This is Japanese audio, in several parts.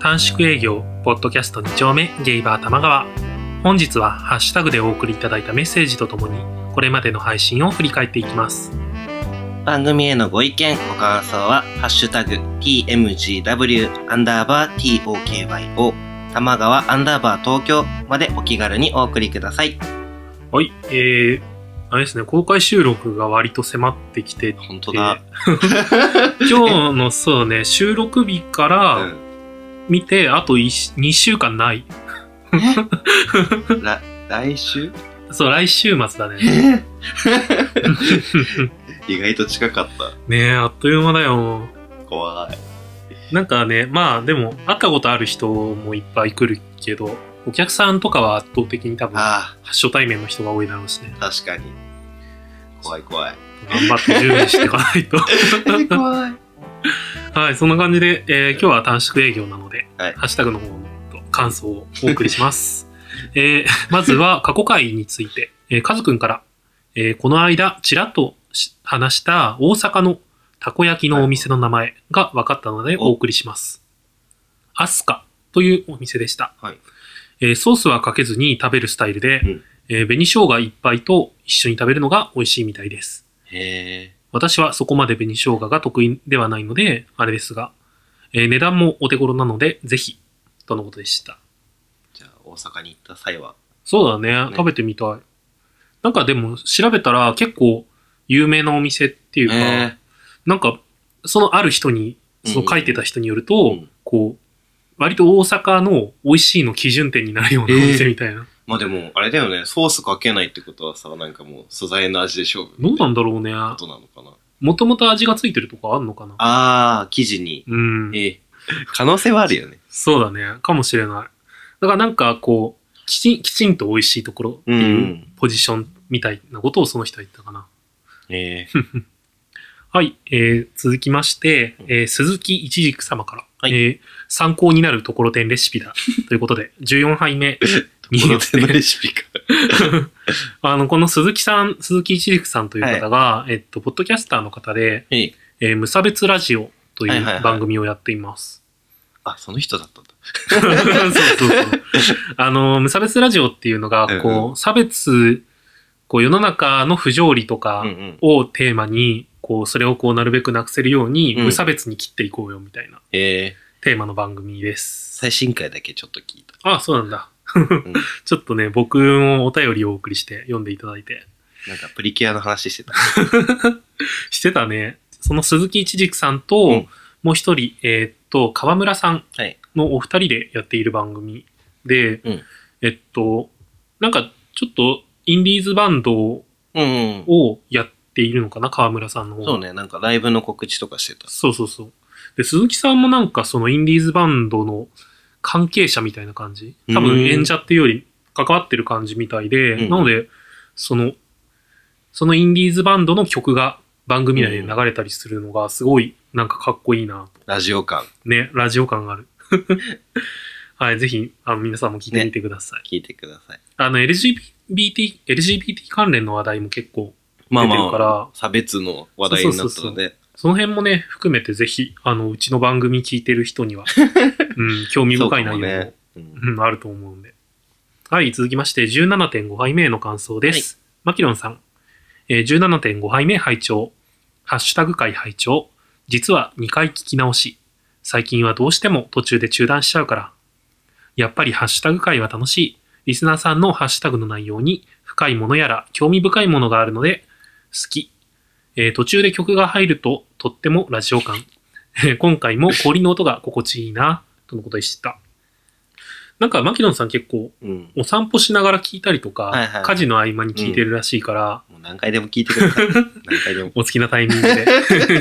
短縮営業ポッドキャスト2丁目ゲイバー玉川。本日はハッシュタグでお送りいただいたメッセージとともにこれまでの配信を振り返っていきます。 番組へのご意見ご感想はハッシュタグ TMGW_TOKYO 玉川東京までお気軽にお送りください。 はい、あれですね、公開収録が割と迫ってきて、 本当だ。 今日のそうね、収録日から見て、あと2週間ない。 来週？ そう、来週末だね。 意外と近かった。 ねえ、あっという間だよ。 怖い。 なんかね、まあでも、会ったことある人もいっぱい来るけど、お客さんとかは圧倒的に多分、初対面の人が多いだろうしね。 確かに。怖い。頑張って準備していかないと。 怖い。 はい、そんな感じで、今日は短縮営業なので、 はい、 ハッシュタグの方の感想をお送りします。まずは過去回について、カズくんから、この間ちらっと話した大阪のたこ焼きのお店の名前が分かったのでお送りします。アスカというお店でした。 はい、 ソースはかけずに食べるスタイルで、紅生姜いっぱいと一緒に食べるのが美味しいみたいです。 へー。 私はそこまで紅生姜が得意ではないのであれですが、値段もお手頃なのでぜひとのことでした。 じゃあ大阪に行った際はそうだね、食べてみたい。なんかでも調べたら結構有名なお店っていうか、なんかそのある人にその書いてた人によると、こう割と大阪の美味しいの基準点になるようなお店みたいな。 まあでもあれだよね、ソースかけないってことはさ、なんかもう素材の味で勝負。 どうなんだろうね。 ことなのかな。 もともと味がついてるとかあんのかな。 生地に。可能性はあるよね。 そうだね、かもしれない。だからなんかこうきちんと美味しいところっていうポジションみたいなことをその人は言ったかな。はい、続きまして、鈴木一軸様から、参考になるところてんレシピだということで14杯目にところてんのレシピか。 この鈴木一軸さんという方が、ポッドキャスターの方で、無差別ラジオという番組をやっています。 あ、その人だったんだ。 そう。無差別ラジオっていうのが、こう、差別、こう世の中の不条理とかをテーマに、こうそれをこうなるべくなくせるように無差別に切っていこうよみたいなテーマの番組です。 最新回だけちょっと聞いた。 あ、そうなんだ。ちょっとね、僕もお便りをお送りして読んでいただいて。 なんかプリキュアの話してた。 してたね。その鈴木一軸さんと、もう一人、川村さんのお二人でやっている番組で、なんかちょっとインディーズバンドをやっているのかな、川村さんの方。 そうね、なんかライブの告知とかしてた。 そう。で、鈴木さんもなんかそのインディーズバンドの関係者みたいな感じ。多分演者っていうより関わってる感じみたいで、なので、そのインディーズバンドの曲が番組内で流れたりするのがすごいなんかかっこいいなと。 ラジオ感。 ね、ラジオ感がある。はい、ぜひ、皆さんも聞いてみてください。 聞いてください。 LGBT 関連の話題も結構出てるから、 差別の話題になったので、 その辺もね、含めてぜひ、うちの番組聞いてる人には、興味深い内容も、あると思うんで。はい、続きまして、17.5 杯目の感想です。マキロンさん、17.5 杯目拝聴。ハッシュタグ会拝聴。実は2回聞き直し。最近はどうしても途中で中断しちゃうから。やっぱりハッシュタグ会は楽しい。リスナーさんのハッシュタグの内容に深いものやら興味深いものがあるので好き。途中で曲が入るととってもラジオ感。今回も氷の音が心地いいなとのことでした。なんかマキノンさん結構お散歩しながら聞いたりとか、家事の合間に聞いてるらしいから、 もう何回でも聞いてください。何回でもお好きなタイミングで。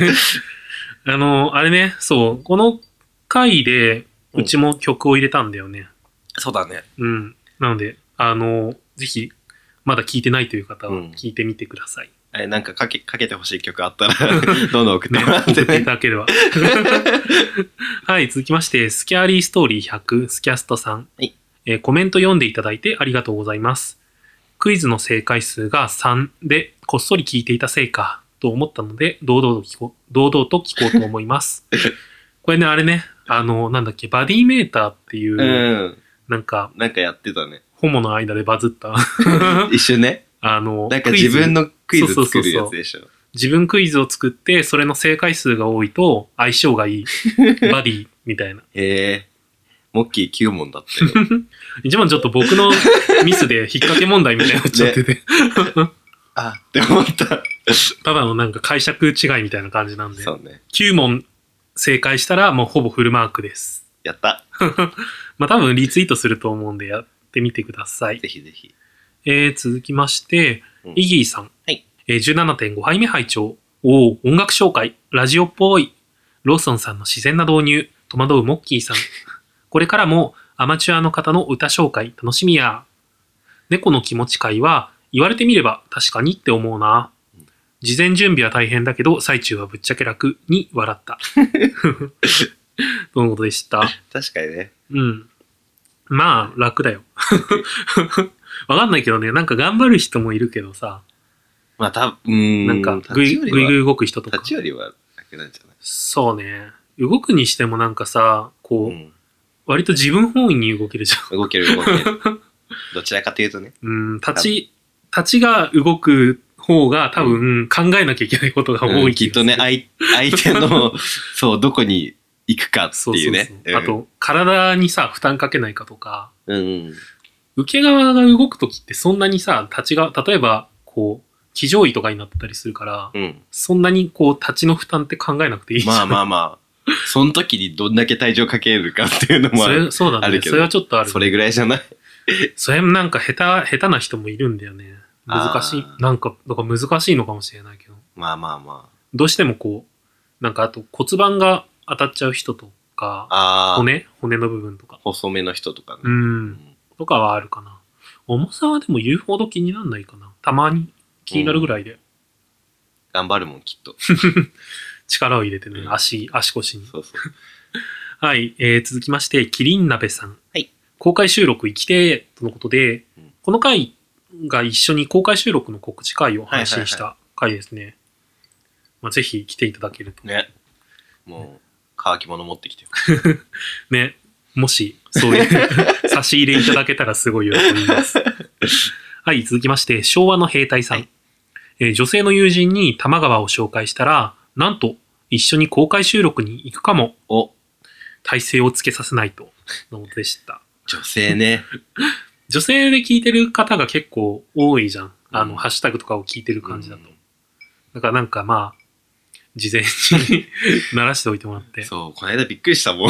あれね、そう、この回でうちも曲を入れたんだよね。 そうだね。 なので、ぜひ、まだ聞いてないという方は聞いてみてください。 なんかかけてほしい曲あったら、どんどん送ってもらって、 送っていただければ。はい、続きまして、スキャーリーストーリー100、スキャストさん。コメント読んでいただいてありがとうございます。クイズの正解数が3で、こっそり聞いていたせいか、と思ったので、堂々と聞こうと思います。これね、あれね、 なんだっけ、バディメーターっていう、 うん。 なんかやってたね。 ホモの間でバズった、 一瞬ね。なんか自分のクイズ作るやつでしょ。 自分クイズを作って、それの正解数が多いと相性がいい。バディみたいな。 へえ。モッキー9問だったよ。 一番ちょっと僕のミスで引っ掛け問題みたいになっちゃってて。 あ、って思った。 ただのなんか解釈違いみたいな感じなんで。 そうね。 9問正解したらもうほぼフルマークです。 やった。 まあ多分リツイートすると思うんでやってみてください。 ぜひぜひ。 続きまして、イギーさん。 はい。 17.5 杯目拝聴。おお、音楽紹介。ラジオっぽい。ローソンさんの自然な導入。戸惑うモッキーさん。これからもアマチュアの方の歌紹介楽しみや。猫の気持ち会は言われてみれば確かにって思うな。事前準備は大変だけど最中はぶっちゃけ楽に笑った。とのことでした。 確かにね。 うん。まあ楽だよ。わかんないけどね、なんか頑張る人もいるけどさ。 まあなんかぐいぐい動く人とか。 立ちよりは楽なんじゃない？ そうね。動くにしてもなんかさ、こう、割と自分本位に動けるじゃん。 動ける。どちらかというとね。 立ちが動く方が多分考えなきゃいけないことが多い、 きっとね、相手の、そう、どこに行くかっていうね。 そう。あと、体にさ、負担かけないかとか、 受け側が動くときってそんなにさ、例えば、こう、騎乗位とかになってたりするから、そんなにこう、立ちの負担って考えなくていいじゃん。 まあ。その時にどんだけ体重かけるかっていうのもあるけど。 そうだね。それはちょっとある。 それぐらいじゃない？ それもなんか下手な人もいるんだよね。難しい。なんか、だから難しいのかもしれないけど。 まあ。 どうしてもこう、なんかあと骨盤が当たっちゃう人とか、骨の部分とか。 細めの人とかね。 とかはあるかな。重さはでも言うほど気にならないかな。たまに気になるぐらいで。 頑張るもん、きっと。 力を入れてね、足腰に。 そう。 はい、続きまして、キリン鍋さん。 はい。 公開収録行きてーとのことで、この回が一緒に公開収録の告知回を配信した回ですね。まあ、ぜひ来ていただけると。 ね。もう、乾き物持ってきてよ。 ね。もし、そういう差し入れいただけたらすごい喜びます。はい、続きまして、昭和の兵隊さん。女性の友人に玉川を紹介したら、なんと、一緒に公開収録に行くかも。体勢をつけさせないと、のことでした。 女性ね。 女性で聞いてる方が結構多いじゃん。ハッシュタグとかを聞いてる感じだと。だからなんかまあ、事前に鳴らしておいてもらって。 そう、この間びっくりしたもん。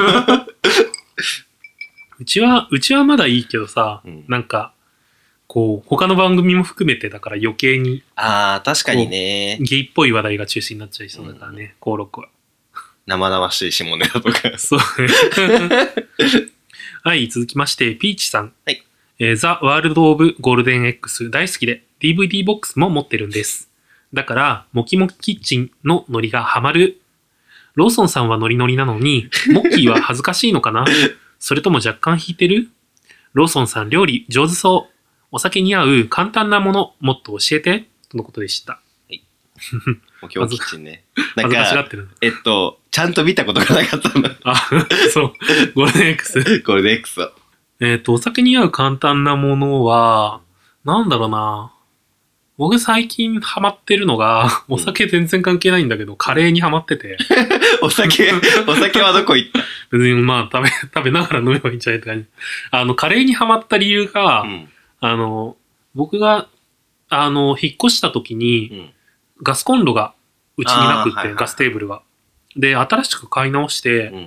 うちはまだいいけどさ、なんか、こう、他の番組も含めてだから余計に。 確かにね。 ゲイっぽい話題が中心になっちゃいそうだからね、登録は。 生々しい下ネタとか。 そうね。はい、続きまして、ピーチさん。 はい。 ザ・ワールド・オブ・ゴールデン X 大好きで DVD ボックスも持ってるんです。だから、モキモキキッチンのノリがハマる。ローソンさんはノリノリなのに、モッキーは恥ずかしいのかな？それとも若干引いてる？ローソンさん料理上手そう。お酒に合う簡単なものもっと教えてとのことでした。はい。 モキモキキッチンね。 恥ずかしがってる。 ちゃんと見たことがなかったんだ。 そう。ゴールデン X。 ゴールデン X は。 お酒に合う簡単なものは、なんだろうな。僕最近ハマってるのが、お酒全然関係ないんだけど、カレーにハマってて。 お酒はどこ行った？ 別にまあ食べながら飲めばいいんじゃないって感じ。カレーにハマった理由が、僕が、引っ越した時に、ガスコンロがうちになくって、ガステーブルが。で、新しく買い直して、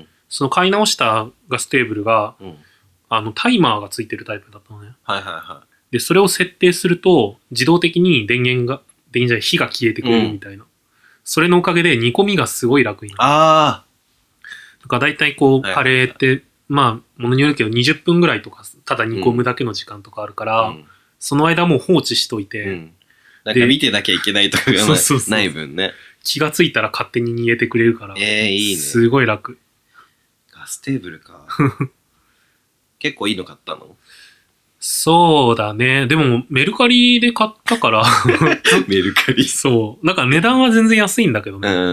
その買い直したガステーブルが、タイマーがついてるタイプだったのね。で、それを設定すると、自動的に火が消えてくれるみたいな。それのおかげで煮込みがすごい楽になる。だから大体こう、カレーって、まあ、ものによるけど20分ぐらいとか、ただ煮込むだけの時間とかあるから、その間もう放置しといて、 なんか見てなきゃいけないとかがない分ね。 気がついたら勝手に煮えてくれるから、 いいね。 すごい楽。 ガステーブルか。結構いいの買ったの？ そうだね。でも、メルカリで買ったから。 メルカリ？ そう。なんか値段は全然安いんだけどね。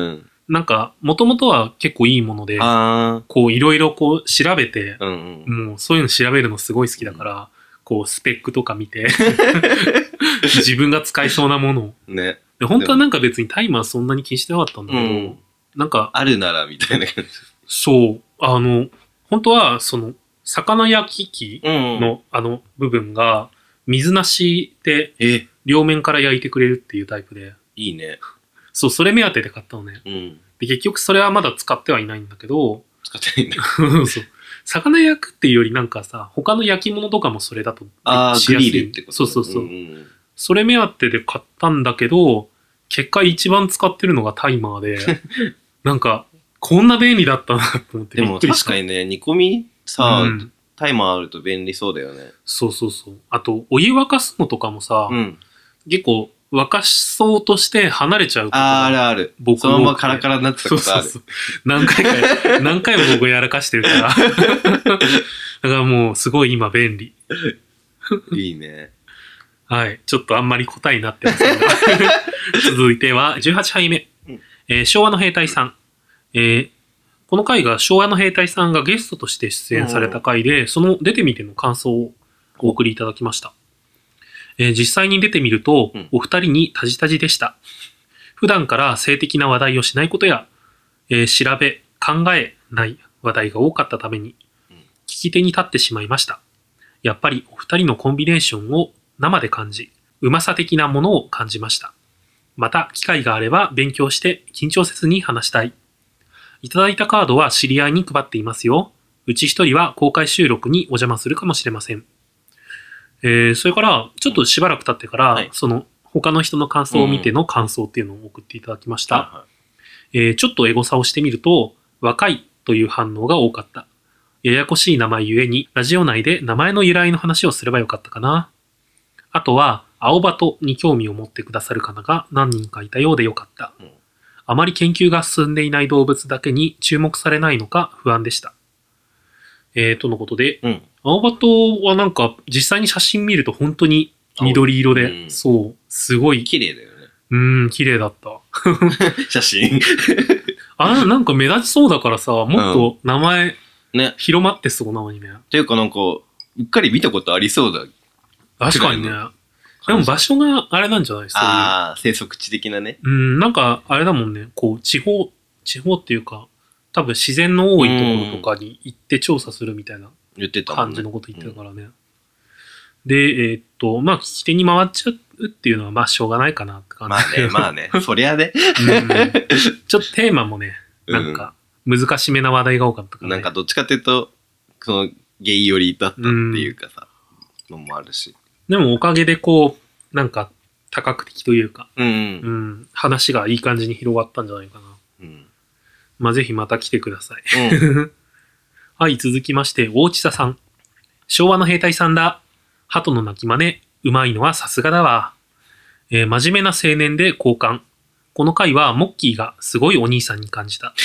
なんか、もともとは結構いいもので、こう、いろいろこう、調べて、もうそういうの調べるのすごい好きだから、こう、スペックとか見て、自分が使いそうなものを。 ね。 で本当はなんか別にタイマーそんなに気にしてなかったんだけど、なんか、 あるならみたいな感じ。 そう、本当は、魚焼き器の、部分が、水なしで、両面から焼いてくれるっていうタイプで。 いいね。 そう、それ目当てで買ったのね。で、結局それはまだ使ってはいないんだけど、 使ってないんだ。 そう。魚焼くっていうよりなんかさ、他の焼き物とかもそれだとしやすい。グリルってこと？ そう。それ目当てで買ったんだけど、結果一番使ってるのがタイマーで、なんか、こんな便利だったなと思ってびっくりした。 でも確かにね、煮込みさ、タイマーあると便利そうだよね。 そう。あと、お湯沸かすのとかもさ、結構、沸かしそうとして離れちゃうことがある。そのままカラカラになってたことある。そう。 何回も僕やらかしてるから。だからもう、すごい今便利。 いいね。 はい。ちょっとあんまり答えになってませんが。続いては、18杯目。昭和の兵隊さん。この回が昭和の兵隊さんがゲストとして出演された回で、その出てみての感想をお送りいただきました。実際に出てみると、お二人にタジタジでした。普段から性的な話題をしないことや、調べ、考えない話題が多かったために、聞き手に立ってしまいました。やっぱりお二人のコンビネーションを生で感じ、うまさ的なものを感じました。また、機会があれば勉強して緊張せずに話したい。いただいたカードは知り合いに配っていますよ。うち一人は公開収録にお邪魔するかもしれません。それから、ちょっとしばらく経ってから、他の人の感想を見ての感想っていうのを送っていただきました。ちょっとエゴサをしてみると、若いという反応が多かった。ややこしい名前ゆえに、ラジオ内で名前の由来の話をすればよかったかな。あとは、青バトに興味を持ってくださる方が何人かいたようでよかった。あまり研究が進んでいない動物だけに注目されないのか不安でした。とのことで、青バトはなんか実際に写真見ると本当に緑色で、そう、すごい。 綺麗だよね。 綺麗だった。 写真なんか目立ちそうだからさ、もっと名前、広まってそうなのにね。 っていうかなんか、うっかり見たことありそうだ。 確かにね。でも場所があれなんじゃないですか。 生息地的なね。 なんかあれだもんね、こう地方っていうか、多分自然の多いところとかに行って調査するみたいな感じのこと言ってたからね。で、まあ、聞き手に回っちゃうっていうのは、まあ、しょうがないかなって感じ。 まあね。そりゃね。 ちょっとテーマもね、なんか、難しめな話題が多かったから、ね。 なんか、どっちかっていうと、その、ゲイ寄りだったっていうかさ、のもあるし。 でも、おかげでこう、なんか、多角的というか、話がいい感じに広がったんじゃないかな。まあ、ぜひまた来てください。はい、続きまして、大地佐さん。昭和の兵隊さんだ。鳩の鳴き真似、うまいのはさすがだわ。真面目な青年で好感。この回はモッキーがすごいお兄さんに感じた。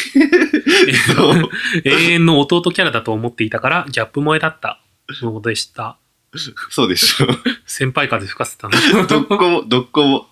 永遠の弟キャラだと思っていたからギャップ萌えだった。そのことでした。 そうでしょ。 先輩風吹かせたの。 どっこも。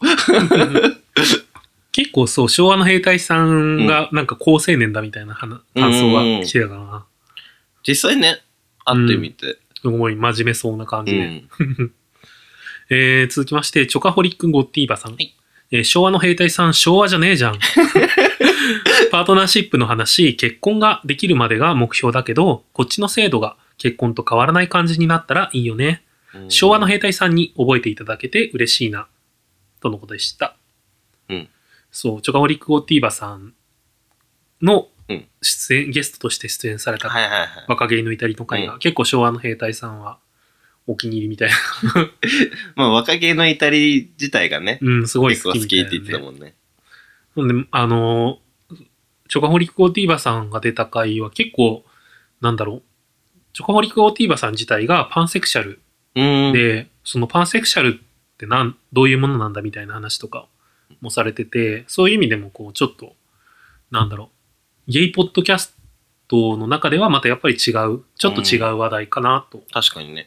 結構そう、昭和の兵隊さんがなんか好青年だみたいな感想が来てたからな。 実際ね、会ってみて。 すごい真面目そうな感じで。続きまして、チョカホリックゴッティーバさん。昭和の兵隊さん、昭和じゃねえじゃん。パートナーシップの話、結婚ができるまでが目標だけど、こっちの制度が結婚と変わらない感じになったらいいよね。昭和の兵隊さんに覚えていただけて嬉しいな。とのことでした。そう、チョカホリックゴッティーバさんのゲストとして出演された若芸の至りの会が、結構昭和の兵隊さんはお気に入りみたいな。 まあ若芸の至り自体がね、 すごい好きみたいな、ね、結構好きって言ってたもんね。 なんで、チョカホリックゴーティーバさんが出た回は結構、なんだろう、チョカホリックゴーティーバさん自体がパンセクシャルで、そのパンセクシャルってどういうものなんだみたいな話とかもされてて、そういう意味でもこうちょっと、なんだろう、ゲイポッドキャストの中ではまたやっぱり違う、ちょっと違う話題かなと。 確かにね。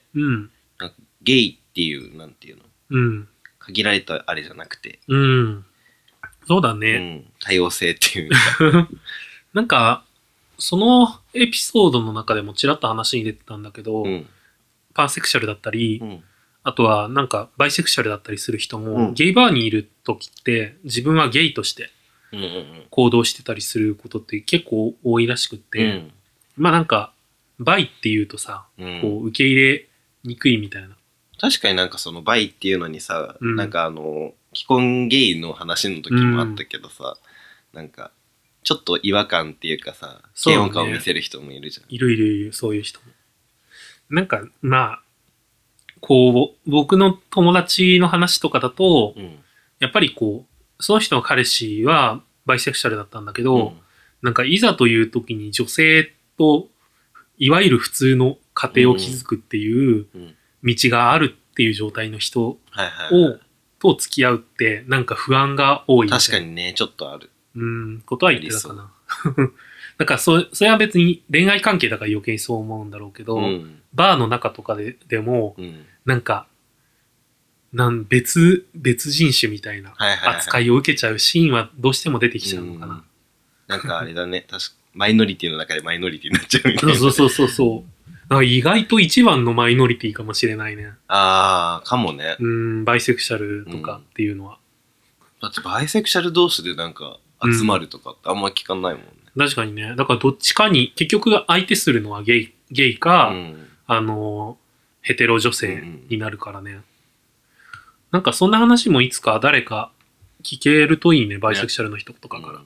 ゲイっていう、なんていうの。限られたあれじゃなくて。 そうだね。 多様性っていうか。 なんか、そのエピソードの中でもちらっと話に出てたんだけど、パンセクシャルだったり、あとはなんかバイセクシャルだったりする人も、ゲイバーにいる時って自分はゲイとして行動してたりすることって結構多いらしくって、まあなんかバイっていうとさ、こう受け入れにくいみたいな。 確かになんかそのバイっていうのにさ、なんか既婚ゲイの話の時もあったけどさ、なんかちょっと違和感っていうかさ、嫌悪感を見せる人もいるじゃん。 いる、そういう人も。なんかまあ、こう、僕の友達の話とかだと、やっぱりこう、その人の彼氏はバイセクシャルだったんだけど、なんかいざという時に女性と、いわゆる普通の家庭を築くっていう道があるっていう状態の人と付き合うって、なんか不安が多いみたいな。 確かにね、ちょっとある。 ことは言ってたかな。だからそれは別に恋愛関係だから余計にそう思うんだろうけど、バーの中とかでも、なんか、別人種みたいな扱いを受けちゃうシーンはどうしても出てきちゃうのかな。 なんかあれだね、確かマイノリティの中でマイノリティになっちゃうみたいな。 そう。なんか意外と一番のマイノリティかもしれないね。 ああ、かもね。 バイセクシャルとかっていうのは。 だってバイセクシャル同士でなんか集まるとかってあんま聞かないもんね。 確かにね。だからどっちかに、結局相手するのはゲイか、ヘテロ女性になるからね。なんかそんな話もいつか誰か聞けるといいね、バイセクシャルの人とかから。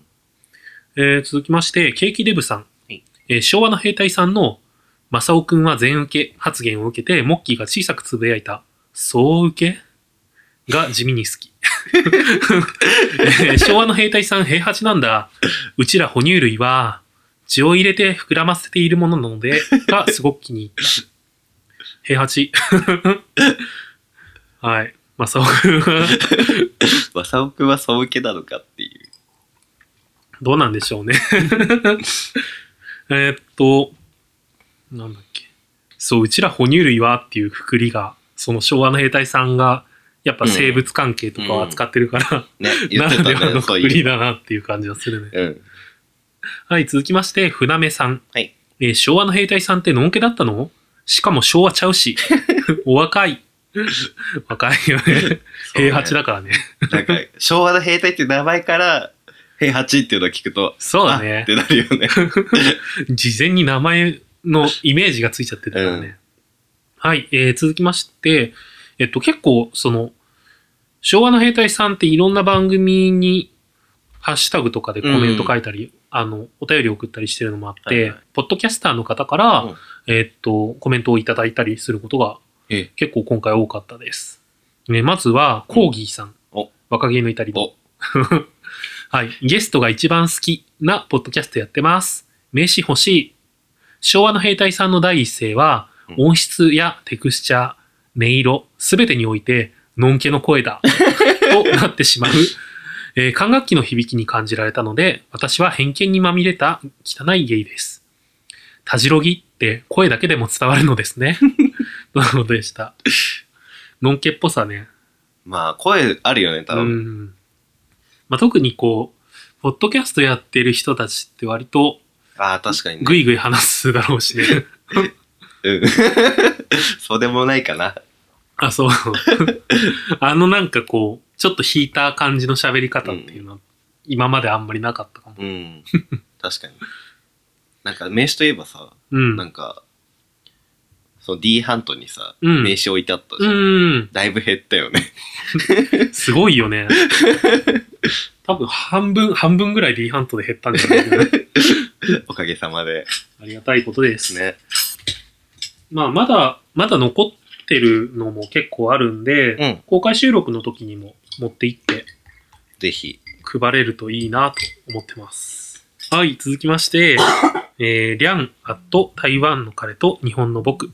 続きまして、ケーキデブさん。昭和の兵隊さんのマサオくんは全受け発言を受けて、モッキーが小さくつぶやいた、総受けが地味に好き。昭和の兵隊さん、兵八なんだ。うちら哺乳類は、血を入れて膨らませているものなので、がすごく気に入った。兵八。はい。マサオくんは。 マサオくんは総受けなのかっていう。 どうなんでしょうね。なんだっけ。そう、うちら哺乳類はっていうくくりが、その昭和の兵隊さんが、やっぱ生物関係とかを扱ってるから、ならではのくくりだなっていう感じがするね。はい、続きまして、船目さん。昭和の兵隊さんってのんけだったの？しかも昭和ちゃうし。お若い。若いよね。兵八だからね。 なんか、昭和の兵隊って名前から、兵八っていうのを聞くと、 そうだね。 ってなるよね。 事前に名前のイメージがついちゃってたからね。はい、続きまして、結構、昭和の兵隊さんっていろんな番組に、ハッシュタグとかでコメント書いたり、お便り送ったりしてるのもあって、ポッドキャスターの方から、コメントをいただいたりすることが、結構今回多かったです。まずは、コーギーさん。若気の至りの。はい。ゲストが一番好きなポッドキャストやってます。名刺欲しい。昭和の兵隊さんの第一声は、音質やテクスチャー、音色、すべてにおいて、のんけの声だ。となってしまう。管楽器の響きに感じられたので、私は偏見にまみれた汚いゲイです。たじろぎって声だけでも伝わるのですね。とのことでした。のんけっぽさね。 まあ、声あるよね、多分。 まあ、特にこう、ポッドキャストやってる人たちって割と、 確かにね。 ぐいぐい話すだろうしね。 そうでもないかな。 そう。なんかこう、ちょっと引いた感じの喋り方っていうのは、今まであんまりなかったかも。 確かに。なんか名刺といえばさ、なんか、その D ハントにさ、名刺置いてあったじゃん。だいぶ減ったよね。 すごいよね。多分半分ぐらい D ハントで減ったんじゃないかな。 おかげさまで。 ありがたいことです。 ね。 まあ、まだ残ってるのも結構あるんで、公開収録の時にも持って行って、 ぜひ。 配れるといいなと思ってます。はい、続きまして、リャン台湾の彼と日本の僕。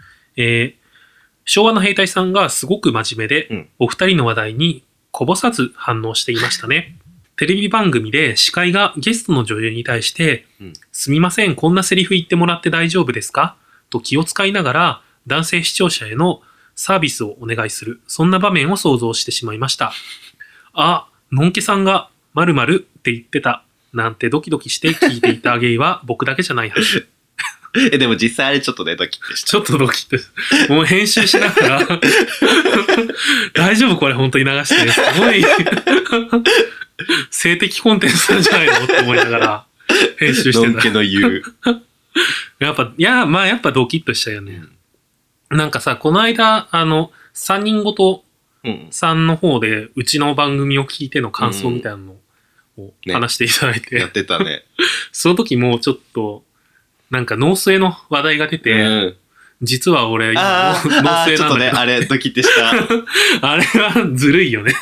昭和の兵隊さんがすごく真面目で、お二人の話題にこぼさず反応していましたね。テレビ番組で司会がゲストの女優に対して、すみません、こんなセリフ言ってもらって大丈夫ですかと気を使いながら男性視聴者へのサービスをお願いする。そんな場面を想像してしまいました。のんけさんが 〇〇って言ってたなんてドキドキして聞いていたゲイは僕だけじゃないはず。 でも実際あれちょっとね、ドキッてした。 ちょっとドキッてした。もう編集しながら、大丈夫これ本当に流して、すごい、性的コンテンツなんじゃないのって思いながら、編集してた。 のんけの言う。 やっぱ、やっぱドキッとしちゃうよね。なんかさ、この間、3人ごとさんの方で、うちの番組を聞いての感想みたいなのを話していただいて、 やってたね。 その時もちょっと、なんか脳性の話題が出て、実は俺、 脳性なんだけど。ちょっとね、あれ、ドキッてした。 あれはずるいよね。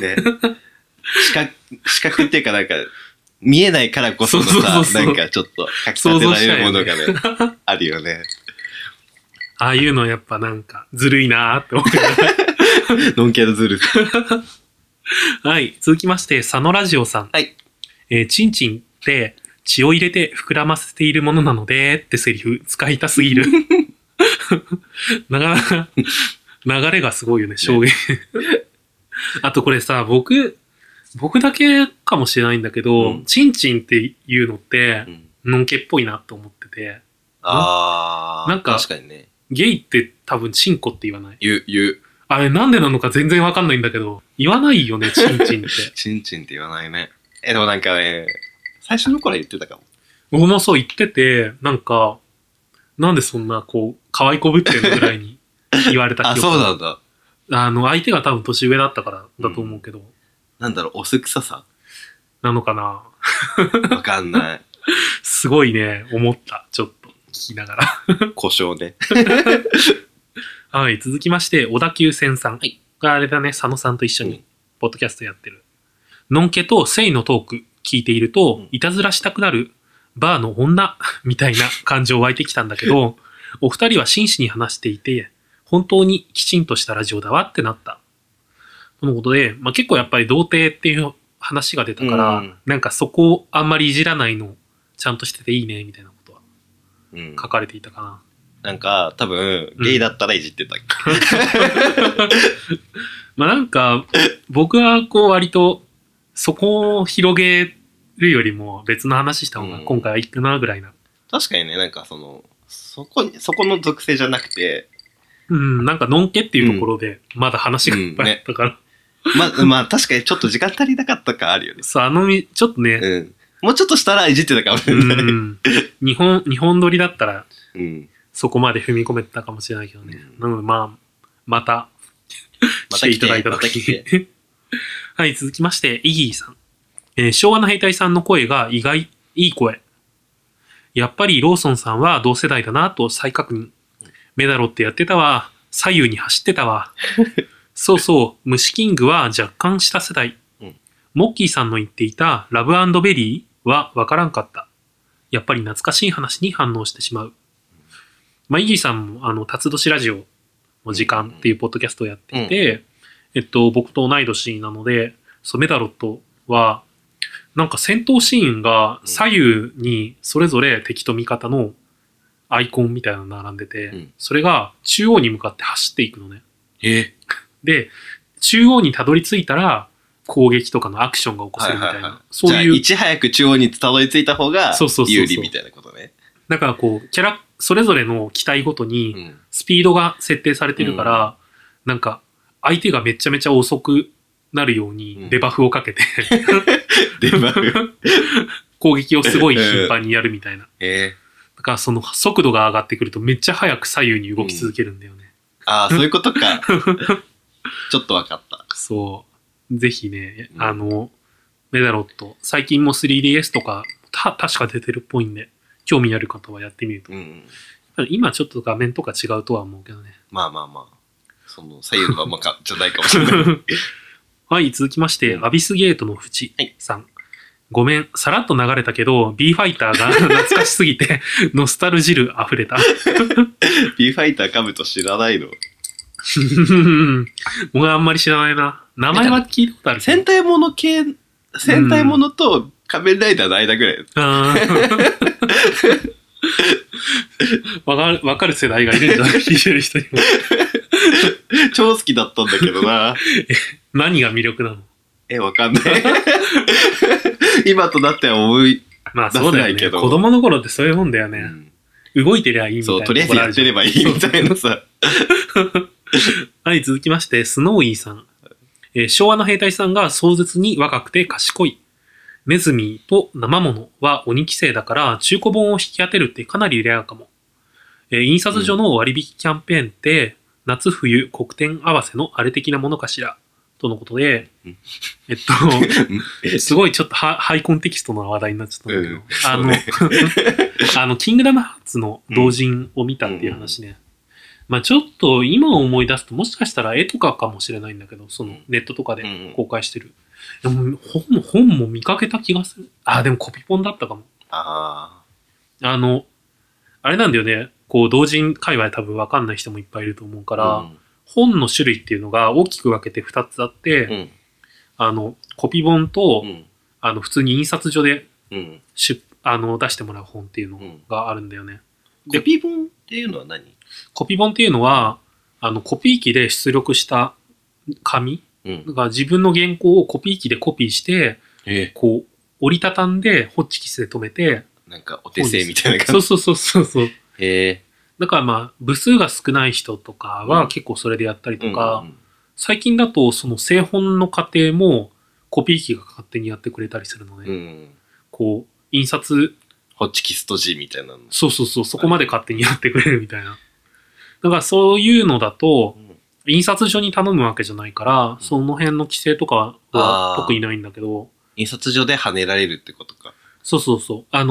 視覚っていうかなんか、見えないからこそのさ、なんかちょっと書き立てられるものがね、あるよね。 ああいうのやっぱなんか、ずるいなーって思う。 のんけのずる。 はい。続きまして、佐野ラジオさん。 はい。 チンチンって血を入れて膨らませているものなのでってセリフ使いたすぎる。なかなか流れがすごいよね、衝撃。ね、あとこれさ、僕だけかもしれないんだけど、チンチンっていうのって、のんけっぽいなと思ってて。なんか、 確かにね。 ゲイって多分チンコって言わない？ 言う。 あれなんでなのか全然わかんないんだけど、言わないよね、チンチンって。 チンチンって言わないね。でもなんかね、最初の頃言ってたかも。 僕もそう言ってて、なんか、なんでそんなこう、可愛いこぶってんのぐらいに言われた記憶。あ、そうなんだ。 相手が多分年上だったからだと思うけど。 なんだろう、オス臭さなのかなわかんない。 すごいね、思った。ちょっと聞きながら。 故障ね。 はい、続きまして、小田急線さんがあれだね、佐野さんと一緒に、ポッドキャストやってる。のんけとセイのトーク聞いていると、いたずらしたくなるバーの女みたいな感情湧いてきたんだけど、お二人は真摯に話していて、本当にきちんとしたラジオだわってなった。とのことで、結構やっぱり童貞っていう話が出たから、なんかそこをあんまりいじらないの、ちゃんとしてていいね、みたいなことは書かれていたかな。 なんか、多分、ゲイだったらいじってたっけ。なんか、僕はこう割と、そこを広げるよりも別の話した方が今回はいくなぐらいな。 確かにね、なんかそこの属性じゃなくて、 なんかのんけっていうところで、まだ話がいっぱいあったから。 まあ確かにちょっと時間足りなかった感あるよね。 そう、ちょっとね、 もうちょっとしたらいじってたかもしれない。 日本撮りだったら、そこまで踏み込めてたかもしれないけどね。なのでまた来ていただいた時に。はい、続きまして、イギーさん。昭和の兵隊さんの声が意外、いい声。やっぱりローソンさんは同世代だなと再確認。メダロってやってたわ。左右に走ってたわ。そうそう、虫キングは若干下世代。モッキーさんの言っていたラブ&ベリーはわからんかった。やっぱり懐かしい話に反応してしまう。イギーさんも辰年ラジオの時間っていうポッドキャストをやっていて、僕と同い年なので、メダロットは、なんか戦闘シーンが左右にそれぞれ敵と味方のアイコンみたいなのが並んでて、それが中央に向かって走っていくのね。で、中央にたどり着いたら攻撃とかのアクションが起こせるみたいな。 そういう。じゃあ、いち早く中央にたどり着いた方が有利みたいなことね。 だからこう、それぞれの機体ごとにスピードが設定されてるから、なんか相手がめちゃめちゃ遅くなるようにデバフをかけて、 デバフ攻撃をすごい頻繁にやるみたいな。だからその速度が上がってくるとめっちゃ速く左右に動き続けるんだよね。 ああ、そういうことか。ちょっとわかった。 そう。ぜひね、メダロット、最近も 3DS とか確か出てるっぽいんで、興味ある方はやってみると。今ちょっと画面とか違うとは思うけどね。 まあ。その左右のままじゃないかもしれない。 はい、続きまして、アビスゲートの淵さん。ごめん、さらっと流れたけど、B ファイターが懐かしすぎて、ノスタルジル溢れた。 B ファイターカブト知らないの？ 僕はあんまり知らないな。名前は聞いたことある。 戦隊ものと仮面ライダーの間ぐらい。 わかる世代がいるんじゃない？聞いてる人にも。 超好きだったんだけどな。 何が魅力なの？ わかんない。今となっては思いまあ出そうだよね。 せないけど。 子供の頃ってそういうもんだよね。動いてりゃいいみたいな。 そう、とりあえずやってればいいみたいなさ。 はい、続きまして、スノーイーさん。昭和の兵隊さんが壮絶に若くて賢い。ネズミと生物は鬼規制だから中古本を引き当てるってかなりレアかも。印刷所の割引キャンペーンって、夏冬黒点合わせのあれ的なものかしらとのことで、すごいちょっとハイコンテキストな話題になっちゃったんだけど、キングダムハーツの同人を見たっていう話ね。まあちょっと今思い出すともしかしたら絵とかかもしれないんだけど、そのネットとかで公開してる。でも本も見かけた気がする。でもコピポンだったかも。あれなんだよね。こう同人界隈多分分かんない人もいっぱいいると思うから、本の種類っていうのが大きく分けて2つあって、コピ本と、普通に印刷所で、出してもらう本っていうのがあるんだよね。 コピ本っていうのは何？ コピ本っていうのは、コピー機で出力した紙が自分の原稿をコピー機でコピーして、こう、折りたたんでホッチキスで留めて、 なんかお手製みたいな感じ。 そう。だからまあ、部数が少ない人とかは結構それでやったりとか、最近だとその製本の過程もコピー機が勝手にやってくれたりするので、こう、印刷、 ホッチキスと字みたいなの。 そう、そこまで勝手にやってくれるみたいな。だからそういうのだと、印刷所に頼むわけじゃないから、その辺の規制とかは特にないんだけど。 印刷所で跳ねられるってことか。 そう。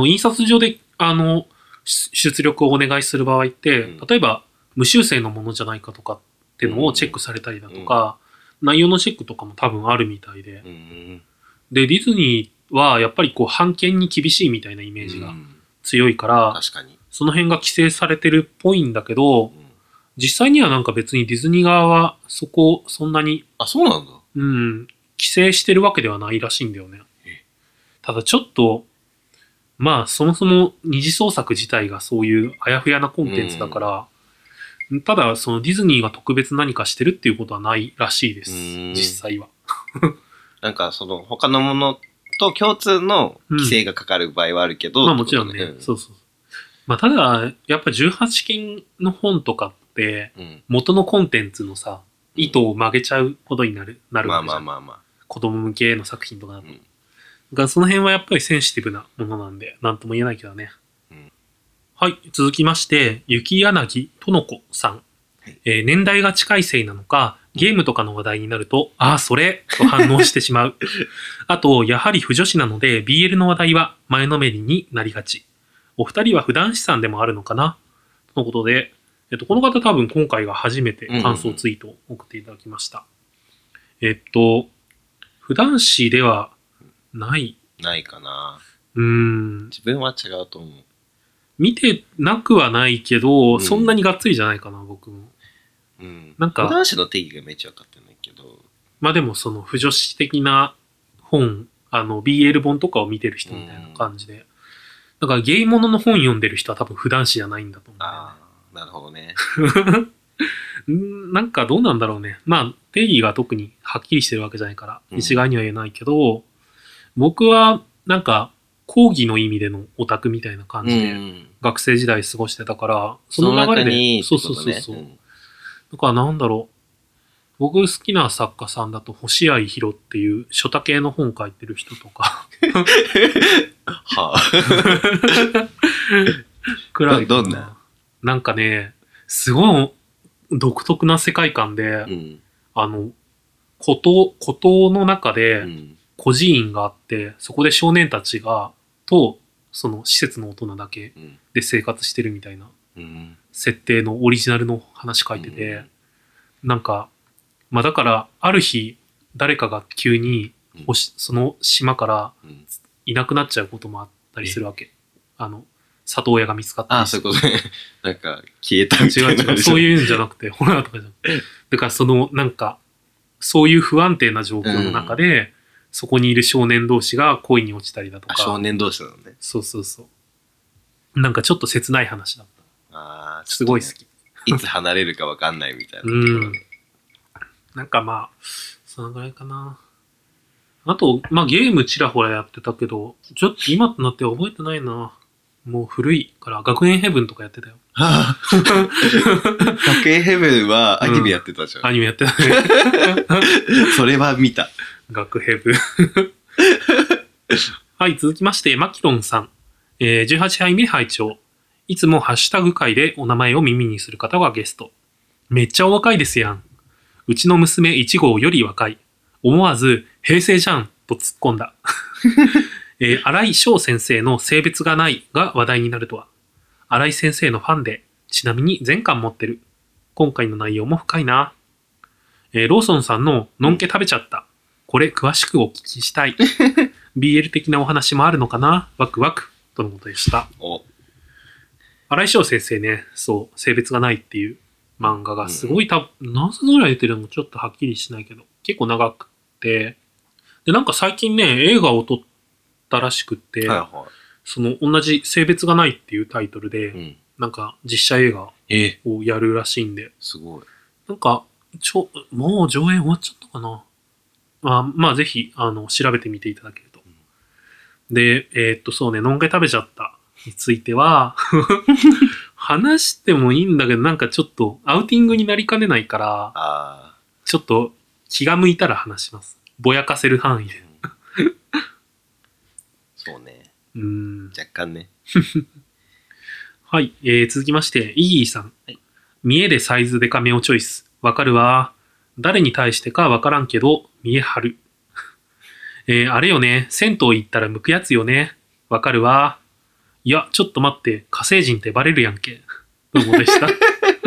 印刷所で、出力をお願いする場合って、例えば無修正のものじゃないかとかっていうのをチェックされたりだとか、内容のチェックとかも多分あるみたいで。で、ディズニーはやっぱりこう、版権に厳しいみたいなイメージが強いから、 確かにその辺が規制されてるっぽいんだけど、実際にはなんか別にディズニー側はそんなに。 そうなんだ。 規制してるわけではないらしいんだよね。ただちょっと、まあそもそも二次創作自体がそういうあやふやなコンテンツだから、ただそのディズニーが特別何かしてるっていうことはないらしいです。実際は。 なんかその他のものと共通の規制がかかる場合はあるけど、 まあもちろんね。そう。まあただ、やっぱ18禁の本とかって、元のコンテンツのさ、意図を曲げちゃうことになるわけじゃん。まあ。子供向けの作品とかだと。だからその辺はやっぱりセンシティブなものなんで、なんとも言えないけどね。はい。続きまして、雪柳との子さん。年代が近いせいなのか、ゲームとかの話題になると、それと反応してしまう。あと、やはり不女子なので、BL の話題は前のめりになりがち。お二人は普段資産でもあるのかなとのことで、この方多分今回が初めて感想ツイートを送っていただきました。普段誌ではない。 ないかな。自分は違うと思う。 見てなくはないけど、そんなにがっつりじゃないかな、僕も。なんか。 普段誌の定義がめっちゃ分かってないけど。 まあでもその不女子的な本、BL 本とかを見てる人みたいな感じで。だからゲイモノの本読んでる人は多分普段誌じゃないんだと思う、 なるほどね。 なんかどうなんだろうね。まあ定義が特にはっきりしてるわけじゃないから、一概には言えないけど、僕はなんか講義の意味でのオタクみたいな感じで学生時代過ごしてたから、 その流れで、 そう。だからなんだろう。僕好きな作家さんだと星合ひろっていう書多系の本書いてる人とかくらいどんななんかね、すごい独特な世界観で、孤島の中で孤児院があって、そこで少年たちとその施設の大人だけで生活してるみたいな設定のオリジナルの話書いてて、なんかまあだから、ある日、誰かが急に、その島からいなくなっちゃうこともあったりするわけ。里親が見つかったり。 そういうことね。なんか、消えたみたいな。 違う。そういうんじゃなくて、ホラーとかじゃなくて。だからなんか、そういう不安定な状況の中で、そこにいる少年同士が恋に落ちたりだとか。 少年同士なのね。 そう。なんかちょっと切ない話だった。すごい好き。 いつ離れるか分かんないみたいなところで。 なんかまあ、そのぐらいかな。 あと、まあゲームちらほらやってたけど、ちょっと今となっては覚えてないな。もう古いから、学園ヘブンとかやってたよ。 はぁ学園ヘブンはアニメやってたじゃん。 アニメやってたね。 それは見た。 学ヘブ。はい、続きまして、マキロンさん。18杯目拝聴。いつもハッシュタグ会でお名前を耳にする方がゲスト。めっちゃお若いですやん。うちの娘1号より若い。思わず、平成じゃんと突っ込んだ。新井翔先生の性別がないが話題になるとは。新井先生のファンで、ちなみに全巻持ってる。今回の内容も深いな。ローソンさんののんけ食べちゃった。これ詳しくお聞きしたい。BL 的なお話もあるのかなワクワク。とのことでした。新井翔先生ね、そう、性別がないっていう漫画がすごい何冊ぐらい出てるのもちょっとはっきりしないけど、結構長くて、で、なんか最近ね、映画を撮ったらしくって、 はいはい、 その同じ性別がないっていうタイトルで、なんか実写映画をやるらしいんで、 すごい。 なんか、もう上映終わっちゃったかな。まあぜひ、調べてみていただけると。で、そうね、のんけ食べちゃったについては、話してもいいんだけど、なんかちょっとアウティングになりかねないから、ちょっと気が向いたら話します。ぼやかせる範囲で。 そうね。若干ね。 はい、続きまして、イギーさん。はい、見えでサイズデカめをチョイス。わかるわ。誰に対してかわからんけど、見え張る。あれよね、銭湯行ったら向くやつよね。わかるわ。いや、ちょっと待って、火星人ってバレるやんけ。どうもでした。い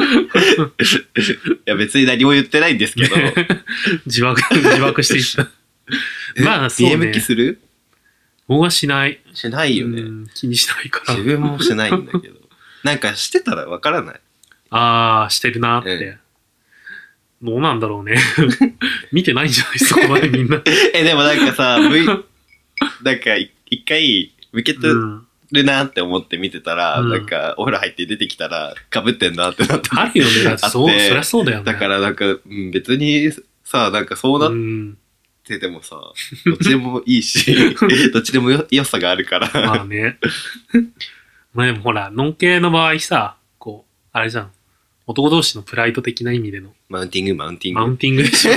や、別に何も言ってないんですけど。 自爆していった。まあ、そうね。 見え向きする？ 僕はしない。 しないよね。 気にしないから。 自分もしないんだけど。なんかしてたらわからない。 してるなって。どうなんだろうね。見てないんじゃないそこまでみんな。 でもなんかさ、なんか一回向けてるなって思って見てたら、なんかお風呂入って出てきたら被ってんなってなって。 あるよね。そりゃそうだよね。 だからなんか、別にさ、なんかそうなっててもさ、どっちでもいいし、どっちでも良さがあるから。 まあね。まあでもほら、ノン系の場合さ、こう、あれじゃん。男同士のプライド的な意味での。 マウンティング。 マウンティングでしょ。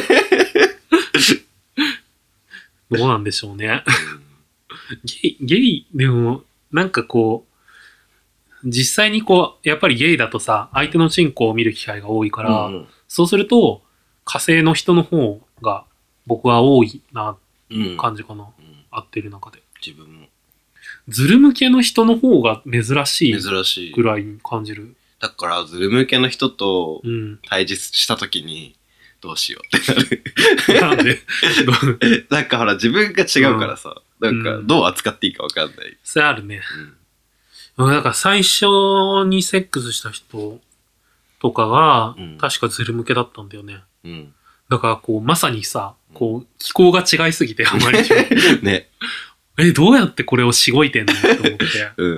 どうなんでしょうね。ゲイ、でも、なんかこう、実際にこう、やっぱりゲイだとさ、相手のチンコを見る機会が多いから、そうすると、火星の人の方が僕は多いな、感じかな。合ってる中で。 自分も。 ズル向けの人の方が珍しいぐらいに感じる。 だからズル向けの人と対峙したときにどうしようってなる。なんでなんかほら自分が違うからさ、なんかどう扱っていいか分かんない。 それあるね。だから最初にセックスした人とかが確かズル向けだったんだよね。だからこうまさにさ、こう気候が違いすぎてあまりね。どうやってこれをしごいてんのって思って、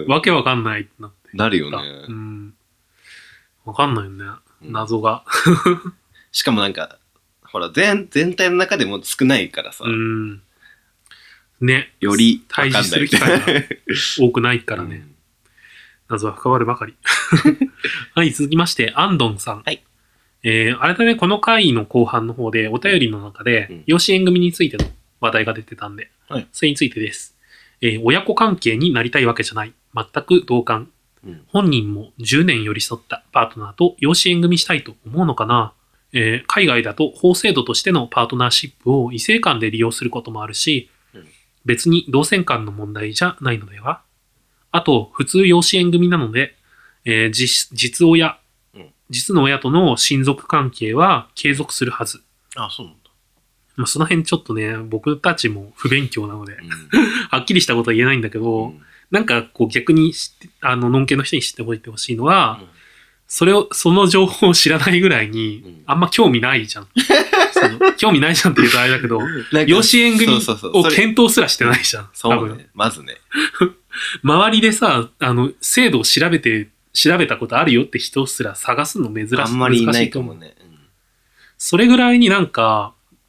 わけわかんないってなって。 なるよね。 わかんないよね。謎が。 しかもなんか、ほら、全体の中でも少ないからさ。 ね。 より対峙する機会が多くないからね。謎は深まるばかり。はい、続きまして、アンドンさん。はい。あれだね、この回の後半の方で、お便りの中で、養子縁組についての話題が出てたんで、それについてです。親子関係になりたいわけじゃない。全く同感。本人も10年寄り添ったパートナーと養子縁組したいと思うのかな。海外だと法制度としてのパートナーシップを異性間で利用することもあるし、別に同性間の問題じゃないのでは。あと、普通養子縁組なので、実の親との親族関係は継続するはず。 そうなんだ。 その辺ちょっとね、僕たちも不勉強なので、はっきりしたことは言えないんだけど、なんかこう逆にのんけの人に知っておいてほしいのは、その情報を知らないぐらいに、あんま興味ないじゃん。興味ないじゃんって言うとあれだけど、養子縁組を検討すらしてないじゃん。 そうね。まずね。 周りでさ、制度を調べたことあるよって人すら探すの珍しい。 あんまりいないかもね。 それぐらいになんか、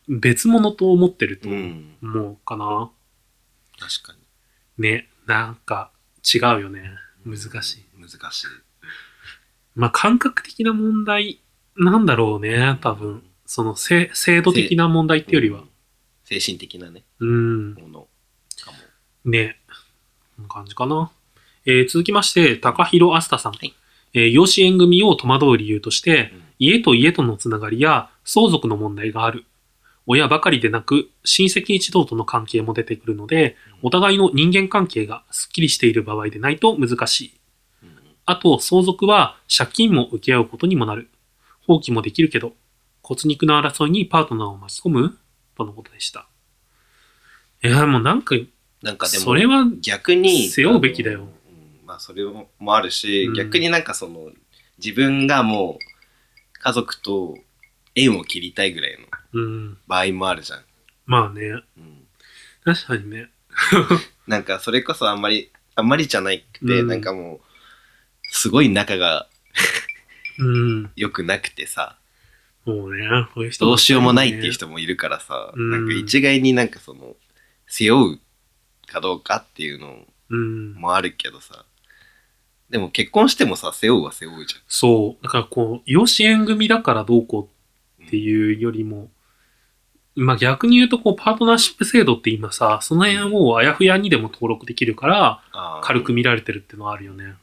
別物と思ってるとうん。 思うかな。 確かに。 ね、なんか違うよね。難しい。 難しい。 まあ感覚的な問題なんだろうね、多分。その制度的な問題っていうよりは。 精神的なね、 うん。 ものかも。 ね、こんな感じかな。続きまして、高弘あすたさん。 はい養子縁組を戸惑う理由として、 うん家と家とのつながりや相続の問題がある。親ばかりでなく、親戚一同との関係も出てくるので、お互いの人間関係がすっきりしている場合でないと難しい。 うんあと、相続は借金も請け合うことにもなる。放棄もできるけど、骨肉の争いにパートナーを巻き込むとのことでした。いや、もうなんか、 なんかでも、 それは逆に、 背負うべきだよ。 まあそれもあるし、 うん逆になんかその、自分がもう、家族と縁を切りたいぐらいのうん。 場合もあるじゃん。 まあね、 うん確かにね。 なんかそれこそあんまりじゃなくて、 うんなんかもう、すごい仲がうん。 良くなくてさ、 もうね、こういう人どうしようもないっていう人もいるからさ、 うんなんか一概になんかその、背負うかどうかっていうのうん。 もあるけどさ、でも結婚してもさ、背負うは背負うじそう。だからこう、養子縁組だからどうこうゃん。 っていうよりも、まあ逆に言うとこう、パートナーシップ制度って今さ、その辺はもうあやふやにでも登録できるから、軽く見られてるっていうのはあるよね。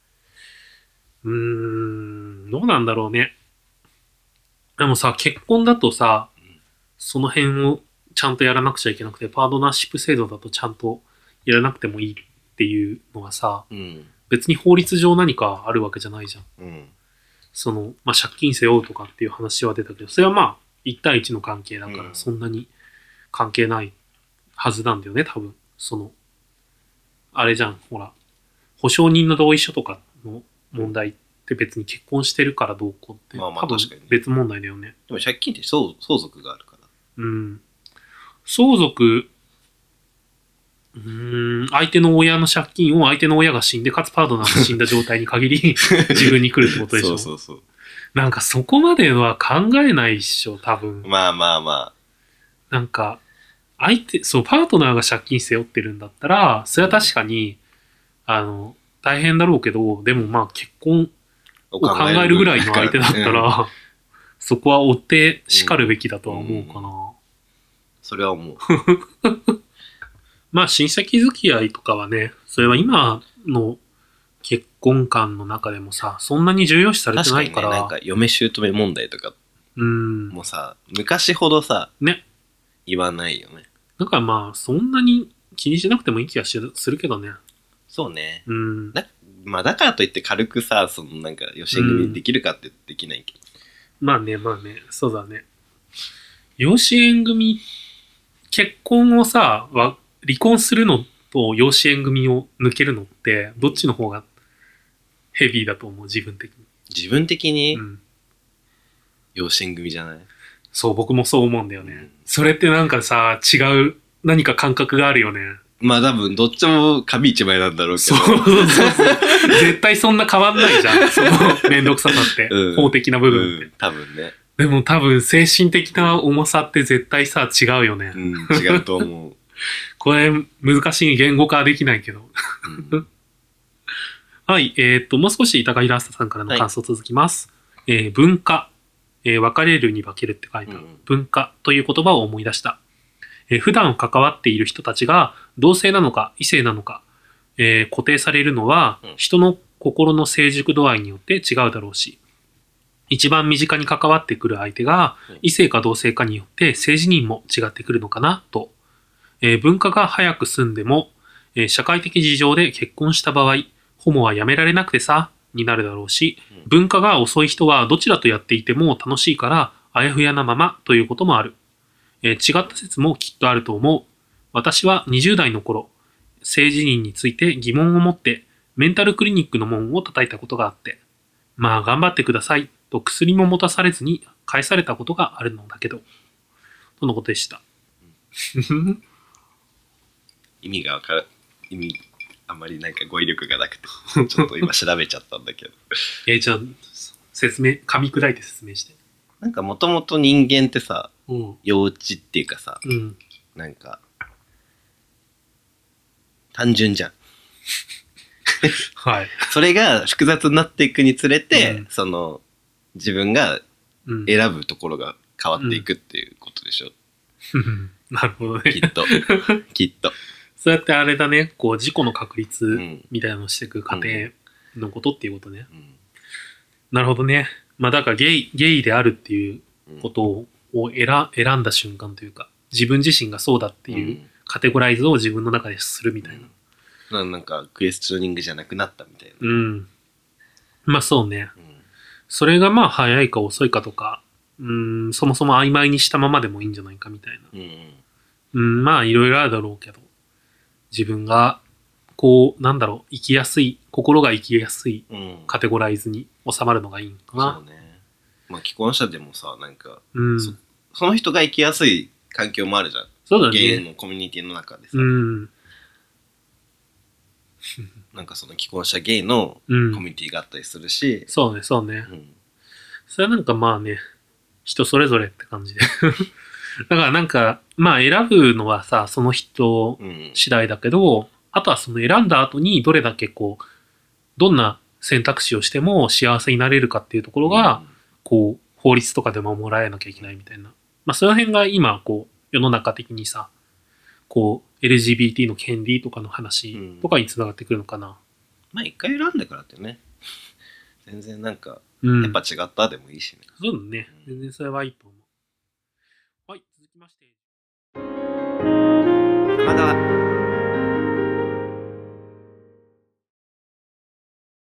どうなんだろうね。でもさ、結婚だとさ、その辺をちゃんとやらなくちゃいけなくて、パートナーシップ制度だとちゃんとやらなくてもいいっていうのはさ、 うん。 別に法律上何かあるわけじゃないじゃん。 うん。 その、まあ、借金背負うとかっていう話は出たけど、それはまあ、1対1の関係だから、 うんそんなに関係ないはずなんだよね、多分。その、あれじゃん、ほら、保証人の同意書とかの問題って別に結婚してるからどうこうって、 まあまあ多分確かにね別問題だよね。 でも借金って相続があるから。 うん。相続、相手の親の借金を相手の親が死んで、かつパートナーが死んだ状態に限り、自分に来るってことでしょ。 そう。 なんかそこまでは考えないっしょ、多分。 まあ。 なんか、そう、パートナーが借金背負ってるんだったら、それは確かに、大変だろうけど、でもまあ結婚を考えるぐらいの相手だったら、そこは追って叱るべきだとは思うかな。 それは思う。 まあ親戚付き合いとかはね、それは今の結婚観の中でもさ、そんなに重要視されて確かにね、 ないから。 なんか嫁姑問題とかもさ、昔ほどさ、 ね。 言わないよね。 だからまあ、そんなに気にしなくてもいい気がするけどね。 そうね。 うん。 まあだからといって軽くさ、そのなんか養子縁組できるかってできないけど。 まあね、そうだね。養子縁組、結婚をさ、離婚するのと養子縁組を抜けるのって、どっちの方がヘビーだと思う、自分的に。 自分的にうん。 養子縁組じゃない？ そう、僕もそう思うんだよね。それってなんかさ、違う何か感覚があるよね。 まあ多分どっちも紙一枚なんだろうけど。 そう。絶対そんな変わんないじゃん。そのめんどくささって、法的な部分って。 多分ね。 でも多分精神的な重さって絶対さ、違うよね。 違うと思う。 これ難しい言語化できないけど。はい、もう少し高井ラスタさんからの感想続きます。文化、分かれるに分けるって書いてある。文化という言葉を思い出した。普段関わっている人たちが同性なのか異性なのか、固定されるのは人の心の成熟度合いによって違うだろうし、一番身近に関わってくる相手が異性か同性かによって性自認も違ってくるのかなと。文化が早く済んでも、社会的事情で結婚した場合、ホモはやめられなくてさ、になるだろうし、文化が遅い人はどちらとやっていても楽しいからあやふやなままということもある。違った説もきっとあると思う。私は20代の頃、性自認について疑問を持ってメンタルクリニックの門を叩いたことがあって、まあ頑張ってくださいと薬も持たされずに返されたことがあるのだけど、とのことでした。 意味あんまりなんか語彙力がなくて、ちょっと今調べちゃったんだけど。 じゃあ、噛み砕いて説明して。 なんかもともと人間ってさ、 幼稚っていうかさ、なんか単純じゃん。 はい。 それが複雑になっていくにつれて、その自分が選ぶところが変わっていくっていうことでしょ。 なるほどね。 きっと。きっと。 そうやってあれだね、こう事故の確率みたいなのをしていく過程のことっていうことね。なるほどね。まあだからゲイであるっていうことを選んだ瞬間というか、自分自身がそうだっていうカテゴライズを自分の中でするみたいな。 なんかクエスチョニングじゃなくなったみたいな。まあそうね。それがまあ早いか遅いかとか、そもそも曖昧にしたままでもいいんじゃないかみたいな。まあいろいろあるだろうけど、自分がこうなんだろう、生きやすい、心が生きやすいカテゴライズに収まるのがいいのかな。 そうね。まあ既婚者でもさ、なんか、その人が生きやすい環境もあるじゃん。 そうだね。 ゲイのコミュニティの中でさ。なんかその既婚者ゲイのコミュニティがあったりするし。 そうね、そうね。それはなんかまあね、人それぞれって感じで。だからなんか、まあ選ぶのはさ、その人次第だけど、あとはその選んだ後にどれだけこう、どんな選択肢をしても幸せになれるかっていうところが、こう、法律とかで守られなきゃいけないみたいな。まあその辺が今、こう、世の中的にさ、こう、LGBT の権利とかの話とかにつながってくるのかな。 まあ一回選んだからってね、全然なんか、やっぱ違ったでもいいしね。 そうだね。全然それはいいと思う。はい、続きまして。 山田